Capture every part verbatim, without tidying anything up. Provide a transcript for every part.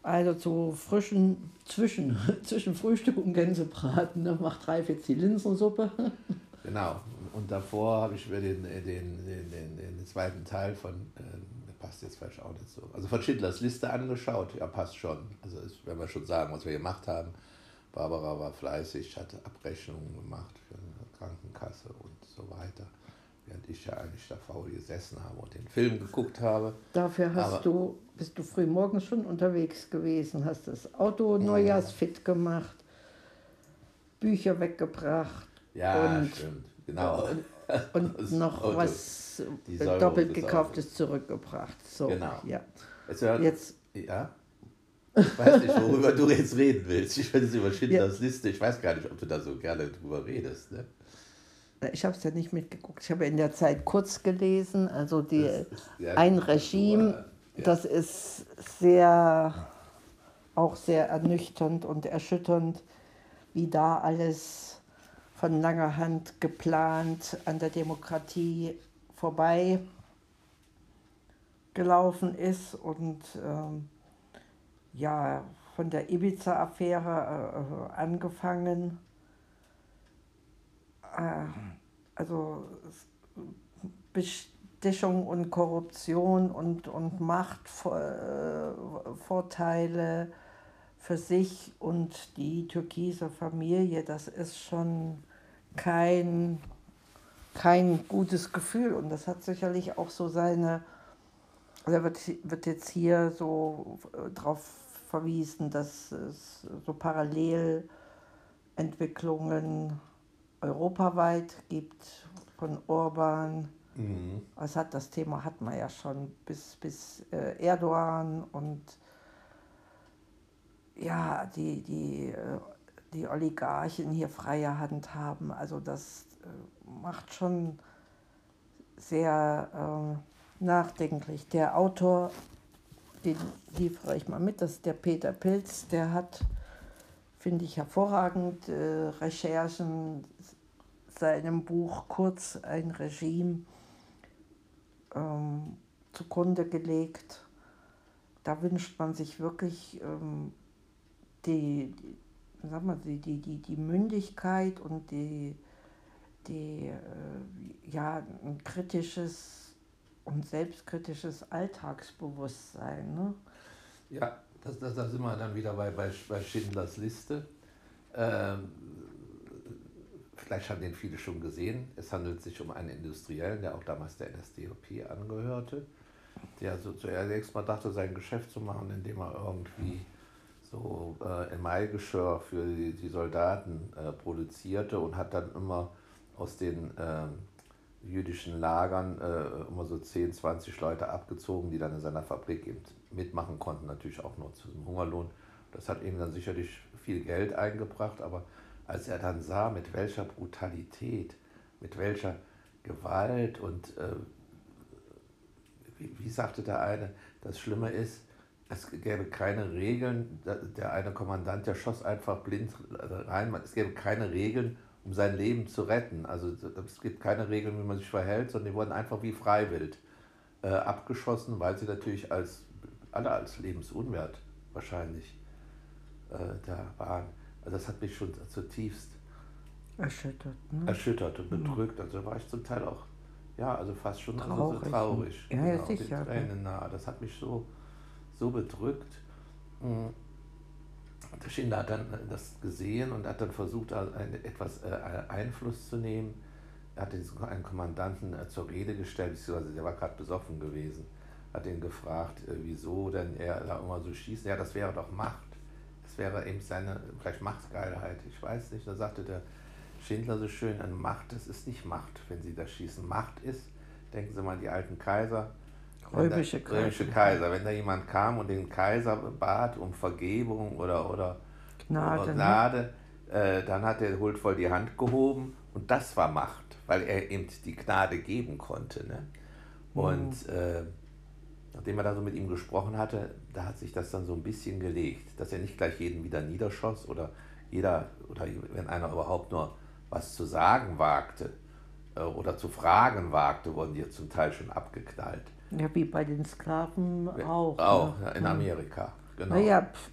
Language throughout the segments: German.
Also zu frischen, zwischen, zwischen Frühstück und Gänsebraten, ne, macht Ralf jetzt die Linsensuppe. Genau. Und davor habe ich mir den, den, den, den, den zweiten Teil von, äh, der passt jetzt vielleicht auch nicht so, also von Schindlers Liste angeschaut. Ja, passt schon. Also ist, wenn wir schon sagen, was wir gemacht haben. Barbara war fleißig, hatte Abrechnungen gemacht für eine Krankenkasse und so weiter. Während ich ja eigentlich da faul gesessen habe und den Film geguckt habe. Dafür hast Aber du, bist du früh morgens schon unterwegs gewesen, hast das Auto neujahrsfit gemacht, Bücher weggebracht ja, und, stimmt, genau. und Das noch Auto, was die Säuberung doppelt des gekauftes Autos. zurückgebracht. So, Genau. ja. Es hört, Jetzt, ja, ich weiß nicht, worüber du jetzt reden willst. Ich will jetzt über ja, Schindlers Liste. Ich weiß gar nicht, ob du da so gerne drüber redest. Ne? ich habe es ja nicht mitgeguckt. Ich habe in der Zeit kurz gelesen, also die, Das ist ja ein gut, was du, Regime, äh, ja. das ist sehr, auch sehr ernüchternd und erschütternd, wie da alles von langer Hand geplant an der Demokratie vorbei gelaufen ist und ähm, ja, von der Ibiza-Affäre äh, angefangen, äh, also Bestechung und Korruption und, und Machtvorteile für sich und die türkise Familie, das ist schon kein, kein gutes Gefühl und das hat sicherlich auch so seine, also wird, wird jetzt hier so darauf verwiesen, dass es so Parallelentwicklungen europaweit gibt von Orban. Mhm. Das, hat, das Thema hat man ja schon bis, bis äh, Erdogan und ja, die, die, äh, die Oligarchen hier freie Hand haben. Also das äh, macht schon sehr äh, nachdenklich. Der Autor, den liefere ich mal mit, das ist der Peter Pilz, der hat, finde ich, hervorragend äh, Recherchen seinem Buch Kurz ein Regime ähm, zugrunde gelegt. Da wünscht man sich wirklich ähm, die, die, sag mal, die, die, die, die Mündigkeit und die, die, äh, ja, ein kritisches und selbstkritisches Alltagsbewusstsein. Ne? Ja, das, das, da sind wir dann wieder bei, bei, bei Schindlers Liste. Ähm, vielleicht haben den viele schon gesehen. Es handelt sich um einen Industriellen, der auch damals der N S D A P angehörte, der so zuerst mal dachte, sein Geschäft zu machen, indem er irgendwie so äh, Emailgeschirr für die, die Soldaten äh, produzierte und hat dann immer aus den äh, jüdischen Lagern äh, immer so zehn, zwanzig Leute abgezogen, die dann in seiner Fabrik eben mitmachen konnten, natürlich auch nur zu einem Hungerlohn. Das hat ihm dann sicherlich viel Geld eingebracht, aber als er dann sah, mit welcher Brutalität, mit welcher Gewalt und äh, wie, wie sagte der eine, das Schlimme ist, es gäbe keine Regeln, der eine Kommandant, der schoss einfach blind rein, es gäbe keine Regeln, um sein Leben zu retten. Also es gibt keine Regeln, wie man sich verhält, sondern die wurden einfach wie freiwillig äh, abgeschossen, weil sie natürlich als, alle als lebensunwert wahrscheinlich äh, da waren. Also das hat mich schon zutiefst Erschüttert, ne? erschüttert und bedrückt. Also war ich zum Teil auch, ja, also fast schon traurig. Also so traurig. Ja, genau, ja, sicher. den Tränen nahe. Das hat mich so, so bedrückt. Der Schindler hat dann das gesehen und hat dann versucht, etwas Einfluss zu nehmen. Er hat einen Kommandanten zur Rede gestellt, beziehungsweise der war gerade besoffen gewesen, hat ihn gefragt, wieso denn er da immer so schießt. Ja, das wäre doch Macht. Das wäre eben seine, vielleicht Machtgeilheit, ich weiß nicht. Da sagte der Schindler so schön, eine Macht, das ist nicht Macht, wenn Sie da schießen. Macht ist, denken Sie mal an die alten Kaiser, Römische Kaiser. Römische Kaiser. Wenn da jemand kam und den Kaiser bat um Vergebung oder, oder Gnade, oder Gnade ne? äh, dann hat er huldvoll die Hand gehoben und das war Macht, weil er eben die Gnade geben konnte. Ne? Und hm. äh, nachdem er da so mit ihm gesprochen hatte, da hat sich das dann so ein bisschen gelegt, dass er nicht gleich jeden wieder niederschoss oder jeder, oder wenn einer überhaupt nur was zu sagen wagte äh, oder zu fragen wagte, wurden die zum Teil schon abgeknallt. Ja, wie bei den Sklaven auch. Auch, ne? in Amerika. genau. Naja, pf,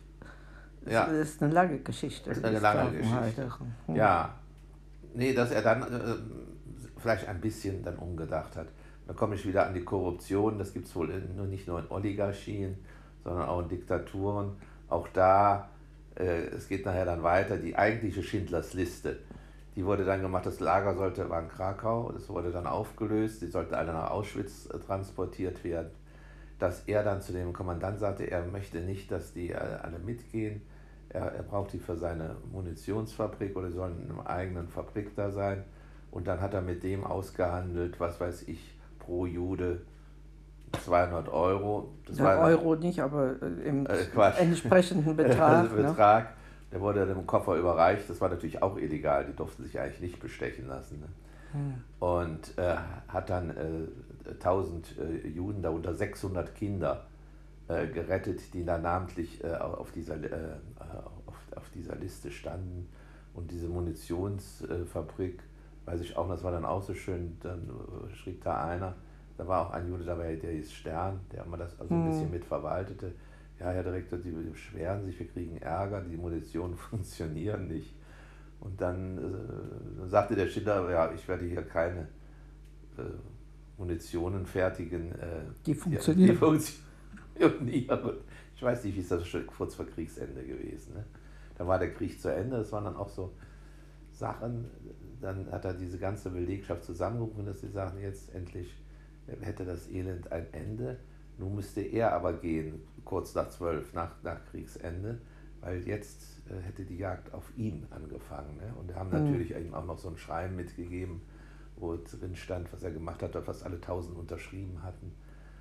es Ja, ist eine lange Geschichte, das ist die eine lange Geschichte. Sklavenhalterin. Hm. Ja, nee, dass er dann äh, vielleicht ein bisschen dann umgedacht hat. Dann komme ich wieder an die Korruption, das gibt es wohl in, nur nicht nur in Oligarchien, sondern auch in Diktaturen. Auch da, äh, es geht nachher dann weiter, die eigentliche Schindlers Liste, die wurde dann gemacht, das Lager sollte, war in Krakau, das wurde dann aufgelöst, die sollten alle nach Auschwitz äh, transportiert werden. Dass er dann zu dem Kommandant sagte, er möchte nicht, dass die äh, alle mitgehen, er, er braucht die für seine Munitionsfabrik oder die sollen in einer eigenen Fabrik da sein. Und dann hat er mit dem ausgehandelt, was weiß ich, pro Jude zweihundert Euro. Das Der war dann, Euro nicht, aber äh, im äh, Quatsch, entsprechenden Betrag. Ne? Betrag. Der wurde dann im Koffer überreicht. Das war natürlich auch illegal. Die durften sich eigentlich nicht bestechen lassen. Ne? Hm. Und äh, hat dann äh, tausend äh, Juden, darunter sechshundert Kinder, äh, gerettet, die da namentlich äh, auf, dieser, äh, auf, auf dieser Liste standen. Und diese Munitionsfabrik, weiß ich auch, das war dann auch so schön, dann äh, schrieb da einer, da war auch ein Jude dabei, der hieß Stern, der immer das also ein bisschen Hm. mit verwaltete. Ja, Herr Direktor, die beschweren sich, wir kriegen Ärger, die Munitionen funktionieren nicht. Und dann äh, sagte der Schindler, ja, ich werde hier keine äh, Munitionen fertigen, äh, Die funktionieren. Die, die funktionieren. Ich weiß nicht, wie ist das schon kurz vor Kriegsende gewesen. Ne? Da war der Krieg zu Ende, das waren dann auch so Sachen, dann hat er diese ganze Belegschaft zusammengerufen, dass sie sagen, jetzt endlich hätte das Elend ein Ende. Nun müsste er aber gehen, kurz nach zwölf, nach, nach Kriegsende, weil jetzt äh, hätte die Jagd auf ihn angefangen. Ne? Und wir haben Mhm. natürlich ihm auch noch so ein Schreiben mitgegeben, wo drin stand, was er gemacht hat, fast alle tausend unterschrieben hatten.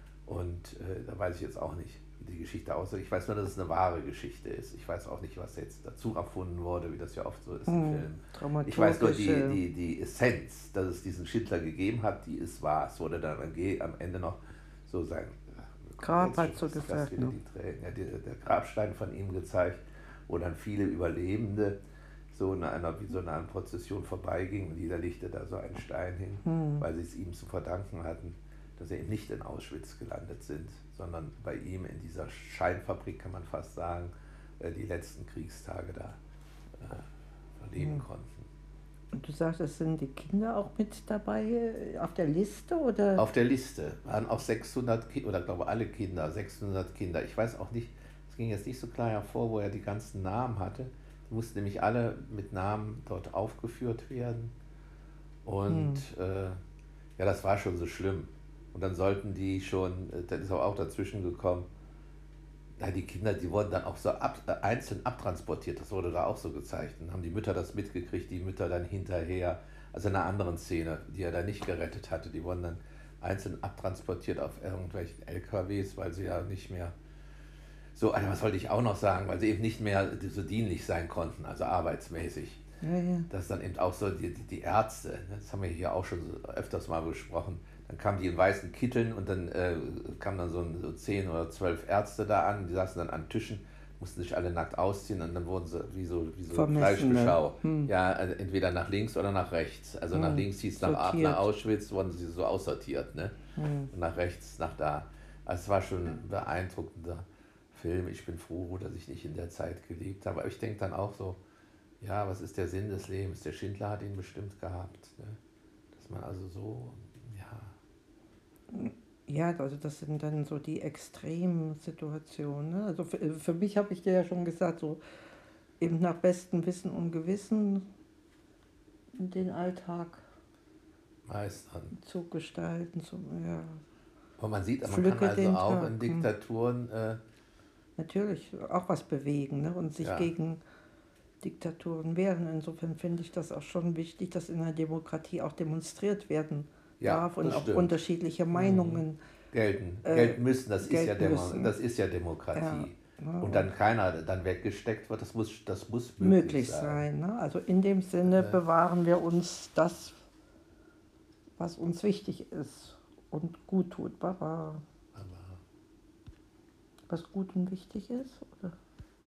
Und äh, da weiß ich jetzt auch nicht, wie die Geschichte aussieht. Ich weiß nur, dass es eine wahre Geschichte ist. Ich weiß auch nicht, was jetzt dazu erfunden wurde, wie das ja oft so ist im Mhm. Film. Ich weiß nur, die, die, die Essenz, dass es diesen Schindler gegeben hat, die ist wahr. Es wurde dann am Ende noch so sein Grab hat jetzt so ist fast gesagt. wieder Ne? die Tränen. Ja, die, der Grabstein von ihm gezeigt, wo dann viele Überlebende so in einer, wie so in einer Prozession vorbeigingen und jeder legte da so einen Stein hin, Mhm. weil sie es ihm zu verdanken hatten, dass er eben nicht in Auschwitz gelandet sind, sondern bei ihm in dieser Scheinfabrik, kann man fast sagen, äh, die letzten Kriegstage da äh, verleben Mhm. konnten. Und du sagst, sind die Kinder auch mit dabei äh, auf der Liste? Oder? Auf der Liste waren auch sechshundert Kinder, oder glaube alle Kinder, sechshundert Kinder. Ich weiß auch nicht, es ging jetzt nicht so klar hervor, wo er die ganzen Namen hatte. Die mussten nämlich alle mit Namen dort aufgeführt werden. Und Hm. äh, ja, das war schon so schlimm. Und dann sollten die schon, äh, das ist aber auch dazwischen gekommen, ja, die Kinder, die wurden dann auch so ab, äh, einzeln abtransportiert, das wurde da auch so gezeigt. Dann haben die Mütter das mitgekriegt, die Mütter dann hinterher, also in einer anderen Szene, die er da nicht gerettet hatte, die wurden dann einzeln abtransportiert auf irgendwelchen L K Ws, weil sie ja nicht mehr so, also was wollte ich auch noch sagen, weil sie eben nicht mehr so dienlich sein konnten, also arbeitsmäßig. Ja, ja. Dass dann eben auch so die, die, die Ärzte, das haben wir hier auch schon so öfters mal besprochen, dann kamen die in weißen Kitteln und dann äh, kamen dann so, so zehn oder zwölf Ärzte da an, die saßen dann an Tischen, mussten sich alle nackt ausziehen und dann wurden sie wie so, wie so Fleischbeschau. Hm. Ja, also entweder nach links oder nach rechts. Also hm. nach links hieß nach, nach Auschwitz, wurden sie so aussortiert, ne? Hm. Und nach rechts nach da. Also es war schon ein beeindruckender Film. Ich bin froh, dass ich nicht in der Zeit gelebt habe. Aber ich denke dann auch so, ja, was ist der Sinn des Lebens? Der Schindler hat ihn bestimmt gehabt. Ne? Dass man also so, ja. Ja, also das sind dann so die Extremsituationen. Ne? Also für, für mich habe ich dir ja schon gesagt, so eben nach bestem Wissen und Gewissen den Alltag meistern. zu gestalten. Zu, ja. Aber man sieht, man Pflücke kann also auch Tag. in Diktaturen äh, natürlich auch was bewegen, ne? Und sich ja. gegen Diktaturen wehren. Insofern finde ich das auch schon wichtig, dass in der Demokratie auch demonstriert werden ja, darf und auch stimmt. unterschiedliche Meinungen gelten, äh, gelten müssen. Das, ist ja, Demo müssen. das ist ja Demokratie. Ja, ja. Und dann keiner dann weggesteckt wird, das muss, das muss möglich, möglich sein. sein. Ne? Also in dem Sinne ja. bewahren wir uns das, was uns wichtig ist und gut tut. Baba. Aber was gut und wichtig ist? Oder?